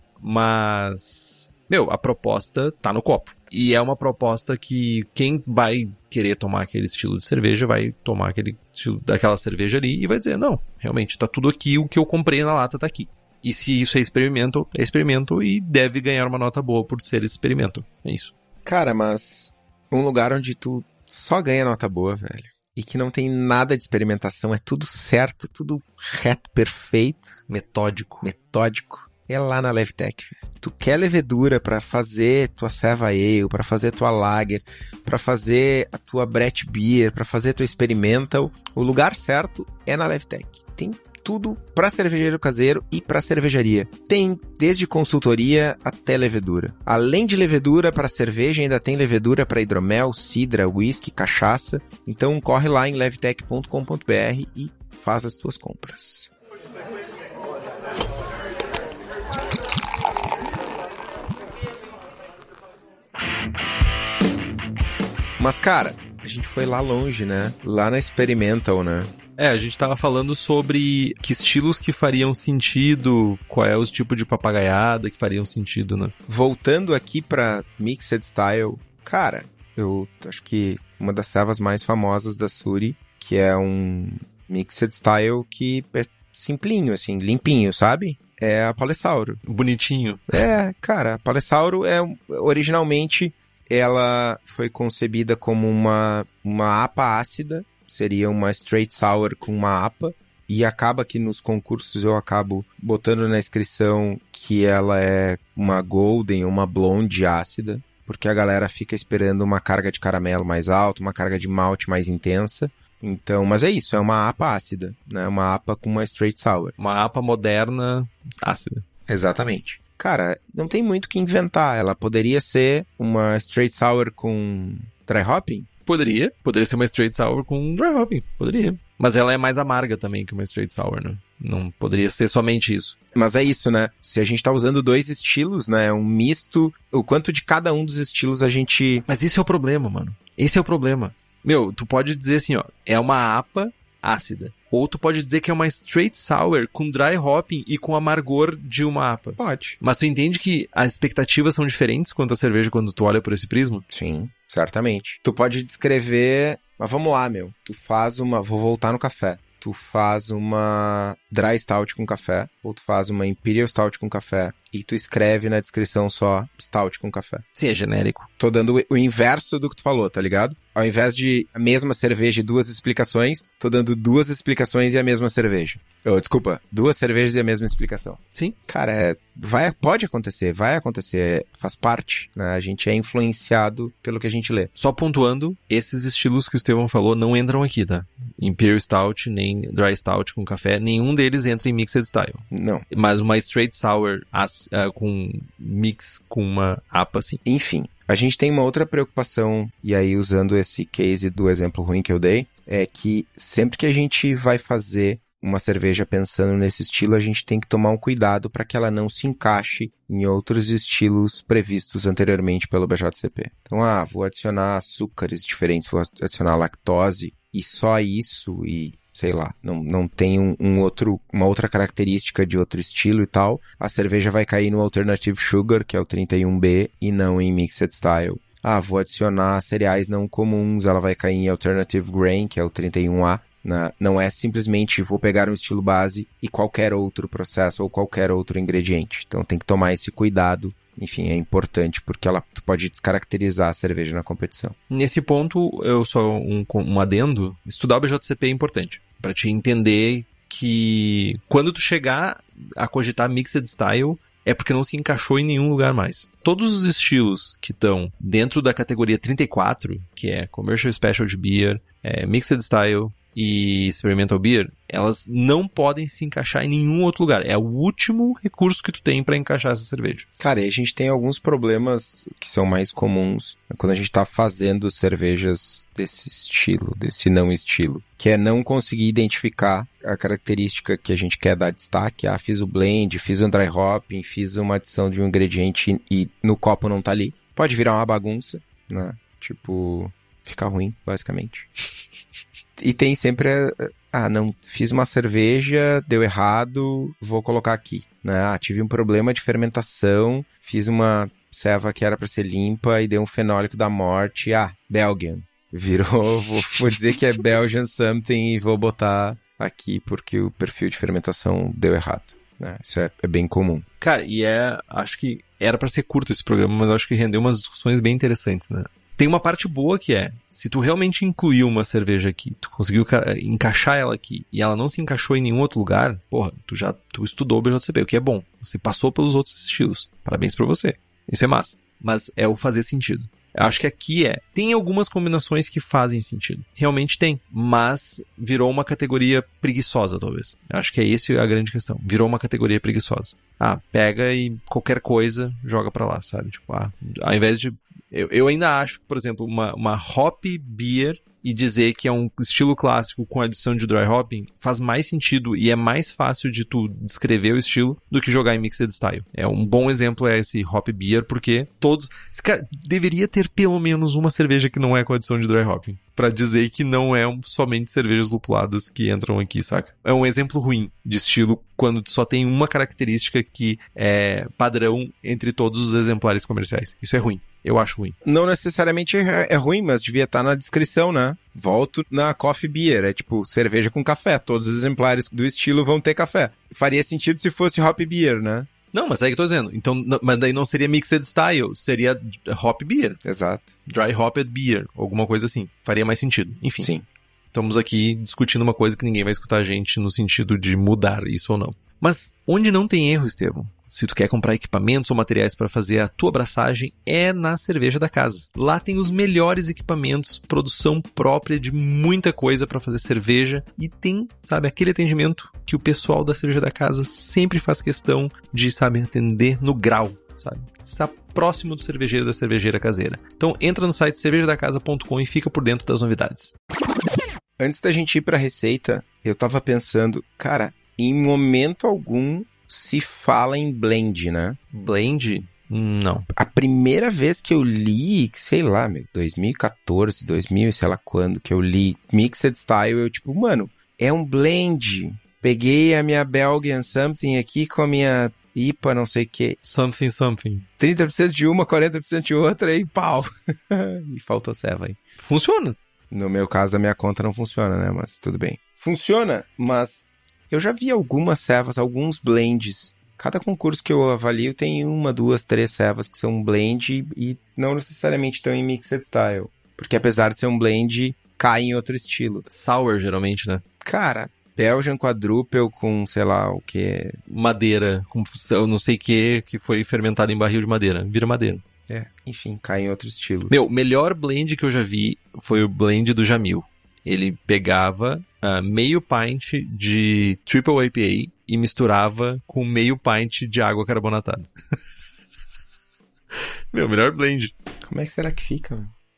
mas, meu, a proposta tá no copo. E é uma proposta que quem vai querer tomar aquele estilo de cerveja vai tomar aquele estilo daquela cerveja ali e vai dizer, não, realmente, tá tudo aqui, o que eu comprei na lata tá aqui. E se isso é experimento, é experimento e deve ganhar uma nota boa por ser experimento. É isso. Cara, mas um lugar onde tu só ganha nota boa, velho, e que não tem nada de experimentação, é tudo certo, tudo reto, perfeito, metódico, metódico, é lá na Levtech, velho. Tu quer levedura pra fazer tua Ceva Ale, pra fazer tua Lager, pra fazer a tua Brett Beer, pra fazer tua Experimental, o lugar certo é na Levtech. Tem tudo para cervejeiro caseiro e para cervejaria. Tem desde consultoria até levedura. Além de levedura para cerveja, ainda tem levedura para hidromel, cidra, whisky, cachaça. Então corre lá em levtech ponto com ponto b r e faz as tuas compras. Mas cara, a gente foi lá longe, né? Lá na Experimental, né? É, a gente tava falando sobre que estilos que fariam sentido, qual é o tipo de papagaiada que fariam sentido, né? Voltando aqui pra Mixed Style, cara, eu acho que uma das cevas mais famosas da Suri, que é um Mixed Style que é simplinho, assim, limpinho, sabe? É a Palesauro. Bonitinho. É, cara, a Palesauro é, originalmente, ela foi concebida como uma, uma A P A ácida, seria uma straight sour com uma A P A, e acaba que nos concursos eu acabo botando na inscrição que ela é uma golden, uma blonde ácida, porque a galera fica esperando uma carga de caramelo mais alta, uma carga de malte mais intensa. Então, mas é isso, é uma A P A ácida, né? Uma A P A com uma straight sour. Uma A P A moderna ácida. Exatamente. Cara, não tem muito o que inventar. Ela poderia ser uma straight sour com dry hopping? Poderia. Poderia ser uma straight sour com dry hopping. Poderia. Mas ela é mais amarga também que uma straight sour, né? Não poderia ser somente isso. Mas é isso, né? Se a gente tá usando dois estilos, né? Um misto, o quanto de cada um dos estilos a gente... Mas esse é o problema, mano. Esse é o problema. Meu, tu pode dizer assim, ó, é uma A P A ácida. Ou tu pode dizer que é uma straight sour com dry hopping e com amargor de uma A P A. Pode. Mas tu entende que as expectativas são diferentes quanto à cerveja quando tu olha por esse prisma? Sim, certamente. Tu pode descrever... Mas vamos lá, meu. Tu faz uma... Vou voltar no café. Tu faz uma dry stout com café, ou tu faz uma imperial stout com café, e tu escreve na descrição só stout com café. Sim, é genérico. Tô dando o inverso do que tu falou, tá ligado? Ao invés de a mesma cerveja e duas explicações, tô dando duas explicações e a mesma cerveja. Oh, desculpa, duas cervejas e a mesma explicação. Sim. Cara, é, vai, pode acontecer, vai acontecer, faz parte, né? A gente é influenciado pelo que a gente lê. Só pontuando, esses estilos que o Estevão falou não entram aqui, tá? Imperial Stout, nem Dry Stout com café, nenhum deles entra em Mixed Style. Não. Mas uma Straight Sour as, uh, com mix com uma A P A, sim. Enfim. A gente tem uma outra preocupação, e aí usando esse case do exemplo ruim que eu dei, é que sempre que a gente vai fazer uma cerveja pensando nesse estilo, a gente tem que tomar um cuidado para que ela não se encaixe em outros estilos previstos anteriormente pelo B J C P. Então, ah, vou adicionar açúcares diferentes, vou adicionar lactose, e só isso, e sei lá, não, não tem um, um outro, uma outra característica de outro estilo e tal, a cerveja vai cair no Alternative Sugar, que é o trinta e um B, e não em Mixed Style. Ah, vou adicionar cereais não comuns, ela vai cair em Alternative Grain, que é o trinta e um A. Na, não é simplesmente vou pegar um estilo base e qualquer outro processo ou qualquer outro ingrediente. Então tem que tomar esse cuidado. Enfim, é importante porque ela pode descaracterizar a cerveja na competição. Nesse ponto, eu só um, um adendo, estudar o B J C P é importante. Para te entender que quando tu chegar a cogitar Mixed Style, é porque não se encaixou em nenhum lugar mais. Todos os estilos que estão dentro da categoria trinta e quatro, que é Commercial Specialty Beer, é, Mixed Style e Experimental Beer, elas não podem se encaixar em nenhum outro lugar. É o último recurso que tu tem para encaixar essa cerveja. Cara, e a gente tem alguns problemas que são mais comuns quando a gente tá fazendo cervejas desse estilo, desse não estilo, que é não conseguir identificar a característica que a gente quer dar destaque. Ah, fiz o blend, fiz um dry hopping, fiz uma adição de um ingrediente e no copo não tá ali. Pode virar uma bagunça, né? Tipo, fica ruim, basicamente. E tem sempre, ah, não, fiz uma cerveja, deu errado, vou colocar aqui, né? Ah, tive um problema de fermentação, fiz uma ceva que era para ser limpa e deu um fenólico da morte, ah, Belgian. Virou, vou, vou dizer que é Belgian something e vou botar aqui porque o perfil de fermentação deu errado, né? Isso é, é bem comum. Cara, e é, acho que era para ser curto esse programa, mas acho que rendeu umas discussões bem interessantes, né? Tem uma parte boa que é, se tu realmente incluiu uma cerveja aqui, tu conseguiu ca- encaixar ela aqui e ela não se encaixou em nenhum outro lugar, porra, tu já tu estudou o B J C P, o que é bom. Você passou pelos outros estilos. Parabéns pra você. Isso é massa. Mas é o fazer sentido. Eu acho que aqui é... Tem algumas combinações que fazem sentido. Realmente tem. Mas virou uma categoria preguiçosa, talvez. Eu acho que é essa a grande questão. Virou uma categoria preguiçosa. Ah, pega e qualquer coisa joga pra lá, sabe? Tipo, ah, ao invés de... Eu, eu ainda acho, por exemplo, uma, uma hop beer e dizer que é um estilo clássico com adição de dry hopping faz mais sentido e é mais fácil de tu descrever o estilo do que jogar em Mixed Style. É um bom exemplo é esse hop beer, porque todos... Cara, deveria ter pelo menos uma cerveja que não é com adição de dry hopping, pra dizer que não é somente cervejas lupuladas que entram aqui, saca? É um exemplo ruim de estilo quando tu só tem uma característica que é padrão entre todos os exemplares comerciais. Isso é ruim. Eu acho ruim. Não necessariamente é, é ruim, mas devia estar na descrição, né? Volto na coffee beer, é tipo cerveja com café. Todos os exemplares do estilo vão ter café. Faria sentido se fosse hop beer, né? Não, mas é que eu tô dizendo. Então, n- mas daí não seria mixed style, seria hop beer. Exato. Dry hopped beer, alguma coisa assim. Faria mais sentido. Enfim. Sim. Estamos aqui discutindo uma coisa que ninguém vai escutar a gente no sentido de mudar isso ou não. Mas onde não tem erro, Estevão, se tu quer comprar equipamentos ou materiais para fazer a tua abraçagem, é na Cerveja da Casa. Lá tem os melhores equipamentos, produção própria de muita coisa para fazer cerveja e tem, sabe, aquele atendimento que o pessoal da Cerveja da Casa sempre faz questão de, sabe, atender no grau, sabe? Está próximo do cervejeiro da cervejeira caseira. Então entra no site cerveja da casa ponto com e fica por dentro das novidades. Antes da gente ir pra receita, eu tava pensando, cara, em momento algum se fala em blend, né? Blend? Não. A primeira vez que eu li, sei lá, meu, dois mil e catorze, dois mil e sei lá quando, que eu li Mixed Style, eu tipo, mano, é um blend. Peguei a minha Belgian Something aqui com a minha I P A não sei o que. Something, something. trinta por cento de uma, quarenta por cento de outra e pau. E faltou ceva aí. Funciona. No meu caso, a minha conta não funciona, né? Mas tudo bem. Funciona, mas eu já vi algumas cevas, alguns blends. Cada concurso que eu avalio tem uma, duas, três cevas que são um blend e não necessariamente estão em Mixed Style. Porque apesar de ser um blend, cai em outro estilo. Sour, geralmente, né? Cara, Belgian Quadruple com, sei lá, o que? Madeira, com eu não sei o que, que foi fermentado em barril de madeira. Vira madeira. É, enfim, cai em outro estilo. Meu, o melhor blend que eu já vi foi o blend do Jamil. Ele pegava uh, meio pint de Triple I P A e misturava com meio pint de água carbonatada. Meu, melhor blend. Como é que será que fica, mano?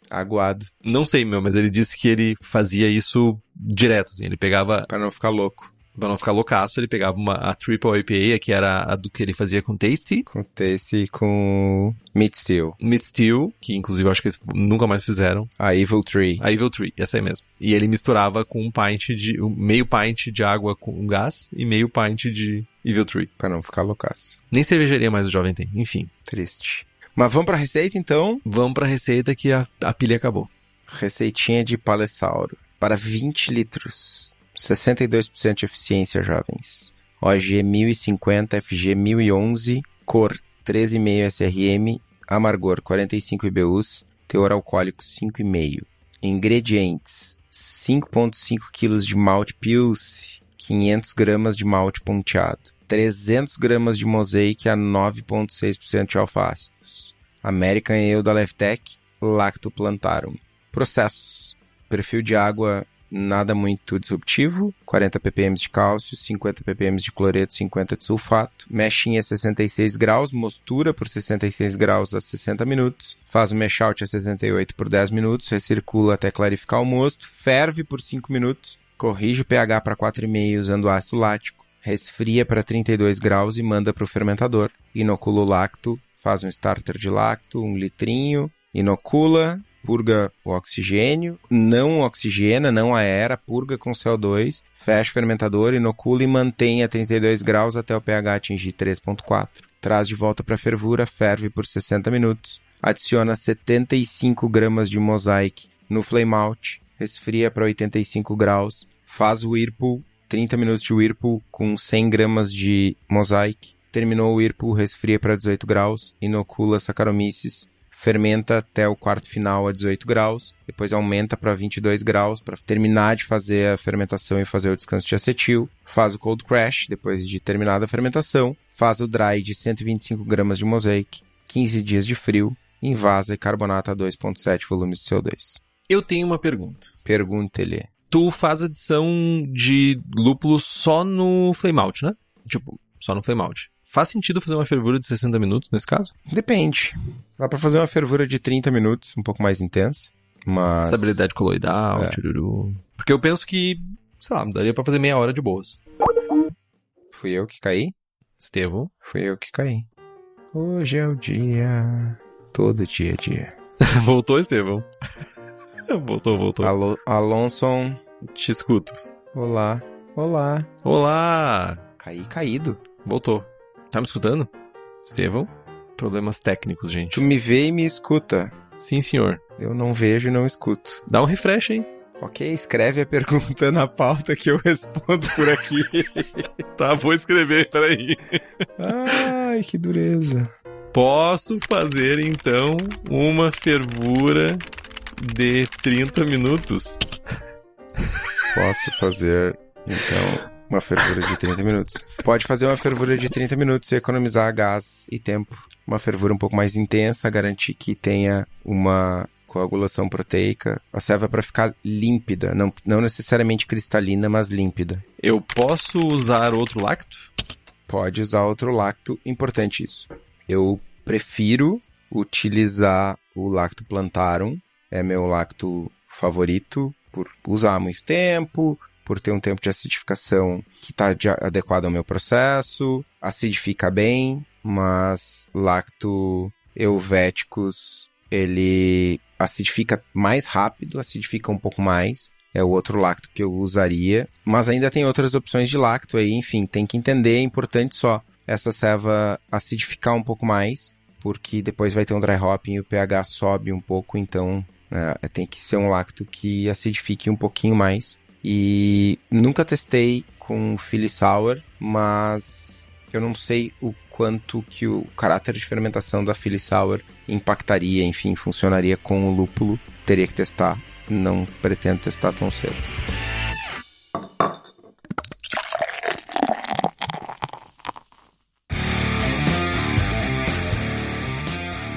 Aguado. Não sei, meu, mas ele disse que ele fazia isso direto, assim. Ele pegava... Pra não ficar louco. Pra não ficar loucaço, ele pegava uma, a Triple I P A, que era a do que ele fazia com Tasty. Com Tasty e com Meat Steel. Meat Steel, que inclusive eu acho que eles nunca mais fizeram. A Evil Tree. A Evil Tree, essa aí mesmo. E ele misturava com um pint de... Um meio pint de água com gás e meio pint de Evil Tree. Pra não ficar loucaço. Nem cervejaria mais o jovem tem, enfim. Triste. Mas vamos pra receita, então? Vamos pra receita que a, a pilha acabou. Receitinha de Palessauro. Para vinte litros. sessenta e dois por cento de eficiência, jovens. O G mil e cinquenta, F G mil e onze, cor treze vírgula cinco S R M, amargor quarenta e cinco I B Us, teor alcoólico cinco vírgula cinco. Ingredientes: cinco vírgula cinco quilos de malte Pilsen, quinhentos gramas de malte ponteado, trezentos gramas de Mosaic a nove vírgula seis por cento de alfa-ácidos, American Ale da Levtech, Lacto Plantarum. Processos: perfil de água nada muito disruptivo, quarenta ppm de cálcio, cinquenta ppm de cloreto, cinquenta de sulfato, mexinha a sessenta e seis graus, mostura por sessenta e seis graus a sessenta minutos, faz o mash out a setenta e oito por dez minutos, recircula até clarificar o mosto, ferve por cinco minutos, corrige o pH para quatro vírgula cinco usando ácido lático, resfria para trinta e dois graus e manda para o fermentador, inocula o lacto, faz um starter de lacto, um litrinho, inocula, purga o oxigênio, não oxigena, não aera, purga com C O dois, fecha o fermentador, inocula e mantém a trinta e dois graus até o pH atingir três vírgula quatro. Traz de volta para a fervura, ferve por sessenta minutos, adiciona setenta e cinco gramas de Mosaic no flame out, resfria para oitenta e cinco graus, faz o Whirlpool, trinta minutos de Whirlpool com cem gramas de Mosaic, terminou o Whirlpool, resfria para dezoito graus, inocula Saccharomyces, fermenta até o quarto final a dezoito graus, depois aumenta para vinte e dois graus para terminar de fazer a fermentação e fazer o descanso de acetil, faz o cold crash depois de terminada a fermentação, faz o dry de cento e vinte e cinco gramas de Mosaic, quinze dias de frio, invasa e carbonata a dois vírgula sete volumes de C O dois. Eu tenho uma pergunta. Pergunta-lhe. Tu faz adição de lúpulo só no flame out, né? Tipo, só no flame out. Faz sentido fazer uma fervura de sessenta minutos nesse caso? Depende. Dá pra fazer uma fervura de trinta minutos, um pouco mais intensa, mas... Estabilidade coloidal, É. tchururu. Porque eu penso que, sei lá, daria pra fazer meia hora de boas. Fui eu que caí? Estevão. Fui eu que caí. Hoje é o dia... Todo dia é dia. Voltou, Estevão. voltou, voltou. Alô, Alonson. Te escuto. Olá. Olá. Olá! Caí caído. Voltou. Tá me escutando? Estevão? Problemas técnicos, gente. Tu me vê e me escuta. Sim, senhor. Eu não vejo e não escuto. Dá um refresh, hein? Ok, escreve a pergunta na pauta que eu respondo por aqui. Tá, vou escrever, peraí. Ai, que dureza. Posso fazer, então, uma fervura de trinta minutos? Posso fazer, então, uma fervura de trinta minutos. Pode fazer uma fervura de trinta minutos e economizar gás e tempo. Uma fervura um pouco mais intensa, garantir que tenha uma coagulação proteica. A serva é para ficar límpida, não, não necessariamente cristalina, mas límpida. Eu posso usar outro lacto? Pode usar outro lacto, importante isso. Eu prefiro utilizar o Lacto Plantarum, é meu lacto favorito, por usar há muito tempo, por ter um tempo de acidificação que está adequado ao meu processo, acidifica bem, mas lacto Helvéticos, ele acidifica mais rápido, acidifica um pouco mais, é o outro lacto que eu usaria, mas ainda tem outras opções de lacto aí, enfim, tem que entender, é importante só essa serva acidificar um pouco mais, porque depois vai ter um dry hopping e o pH sobe um pouco, então é, tem que ser um lacto que acidifique um pouquinho mais. E nunca testei com Philly Sour, mas eu não sei o quanto que o caráter de fermentação da Philly Sour impactaria, enfim, funcionaria com o lúpulo. Teria que testar, não pretendo testar tão cedo.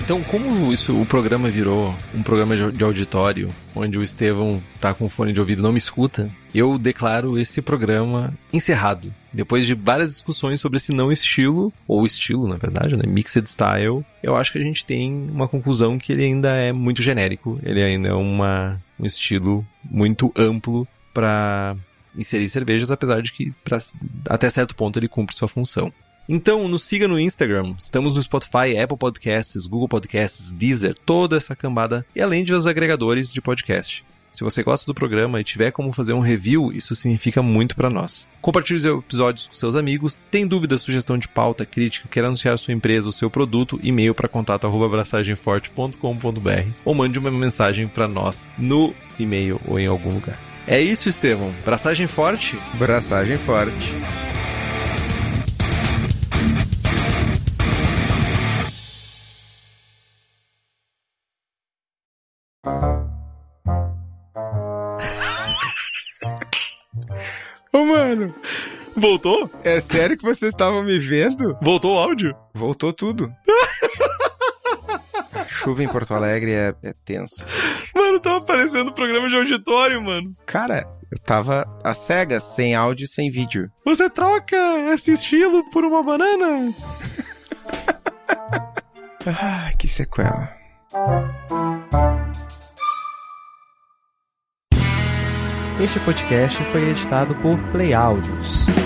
Então, como isso, o programa virou um programa de auditório, onde o Estevão tá com fone de ouvido e não me escuta, eu declaro esse programa encerrado. Depois de várias discussões sobre esse não estilo, ou estilo, na verdade, né? Mixed Style, eu acho que a gente tem uma conclusão que ele ainda é muito genérico. Ele ainda é uma, um estilo muito amplo para inserir cervejas, apesar de que pra, até certo ponto ele cumpre sua função. Então, nos siga no Instagram, estamos no Spotify, Apple Podcasts, Google Podcasts, Deezer, toda essa cambada, e além de os agregadores de podcast. Se você gosta do programa e tiver como fazer um review, isso significa muito pra nós. Compartilhe os episódios com seus amigos, tem dúvida, sugestão de pauta, crítica, quer anunciar sua empresa ou seu produto, e-mail para contato arroba abraçagemforte ponto com ponto b r ou mande uma mensagem pra nós no e-mail ou em algum lugar. É isso, Estevão. Braçagem forte? Braçagem forte. Ô, mano, voltou? É sério que vocês estavam me vendo? Voltou o áudio? Voltou tudo. A chuva em Porto Alegre é, é tenso. Mano, tava parecendo programa de auditório, mano. Cara, eu tava às cegas, sem áudio e sem vídeo. Você troca esse estilo por uma banana? Ah, que sequela. Este podcast foi editado por Play Áudios.